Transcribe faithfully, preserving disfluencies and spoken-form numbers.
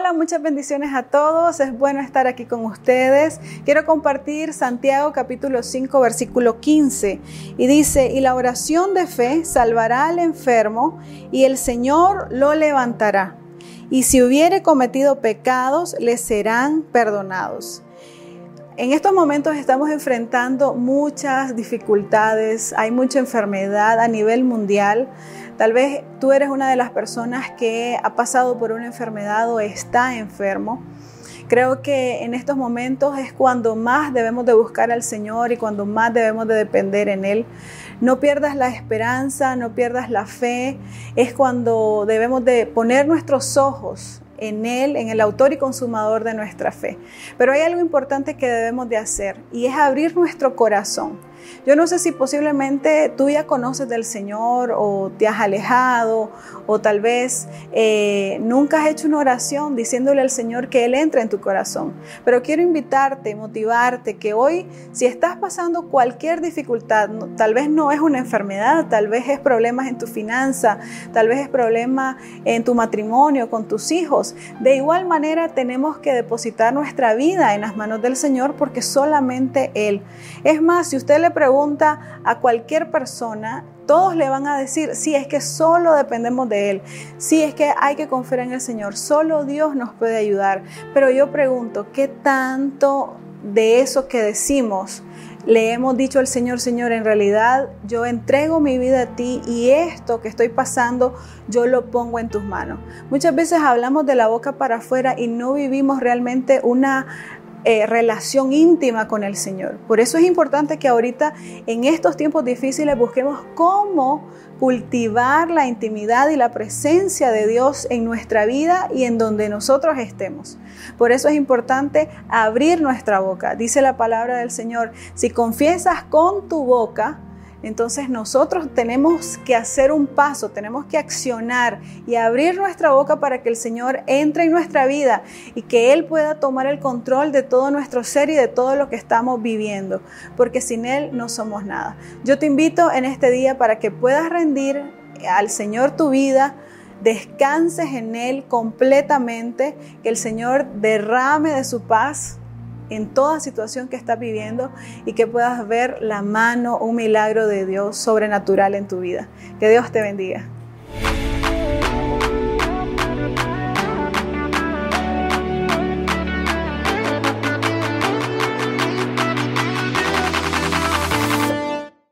Hola, muchas bendiciones a todos. Es bueno estar aquí con ustedes. Quiero compartir Santiago capítulo cinco, versículo quince. Y dice, y la oración de fe salvará al enfermo y el Señor lo levantará. Y si hubiere cometido pecados, le serán perdonados. En estos momentos estamos enfrentando muchas dificultades, hay mucha enfermedad a nivel mundial. Tal vez tú eres una de las personas que ha pasado por una enfermedad o está enfermo. Creo que en estos momentos es cuando más debemos de buscar al Señor y cuando más debemos de depender en Él. No pierdas la esperanza, no pierdas la fe. Es cuando debemos de poner nuestros ojos en Él, en el autor y consumador de nuestra fe. Pero hay algo importante que debemos de hacer y es abrir nuestro corazón. Yo no sé si posiblemente tú ya conoces del Señor o te has alejado o tal vez eh, nunca has hecho una oración diciéndole al Señor que Él entre en tu corazón. Pero quiero invitarte, motivarte que hoy si estás pasando cualquier dificultad, no, tal vez no es una enfermedad, tal vez es problemas en tu finanza, tal vez es problema en tu matrimonio con tus hijos. De igual manera tenemos que depositar nuestra vida en las manos del Señor porque solamente Él. Es más, si usted le pregunta a cualquier persona, todos le van a decir, sí, es que solo dependemos de Él, sí, es que hay que confiar en el Señor, solo Dios nos puede ayudar. Pero yo pregunto, ¿qué tanto de eso que decimos le hemos dicho al Señor? Señor, en realidad yo entrego mi vida a ti y esto que estoy pasando yo lo pongo en tus manos? Muchas veces hablamos de la boca para afuera y no vivimos realmente una Eh, relación íntima con el Señor. Por eso es importante que ahorita en estos tiempos difíciles busquemos cómo cultivar la intimidad y la presencia de Dios en nuestra vida y en donde nosotros estemos. Por eso es importante abrir nuestra boca. Dice la palabra del Señor, si confiesas con tu boca, entonces nosotros tenemos que hacer un paso, tenemos que accionar y abrir nuestra boca para que el Señor entre en nuestra vida y que Él pueda tomar el control de todo nuestro ser y de todo lo que estamos viviendo, porque sin Él no somos nada. Yo te invito en este día para que puedas rendir al Señor tu vida, descanses en Él completamente, que el Señor derrame de su paz en toda situación que estás viviendo y que puedas ver la mano, un milagro de Dios sobrenatural en tu vida. Que Dios te bendiga.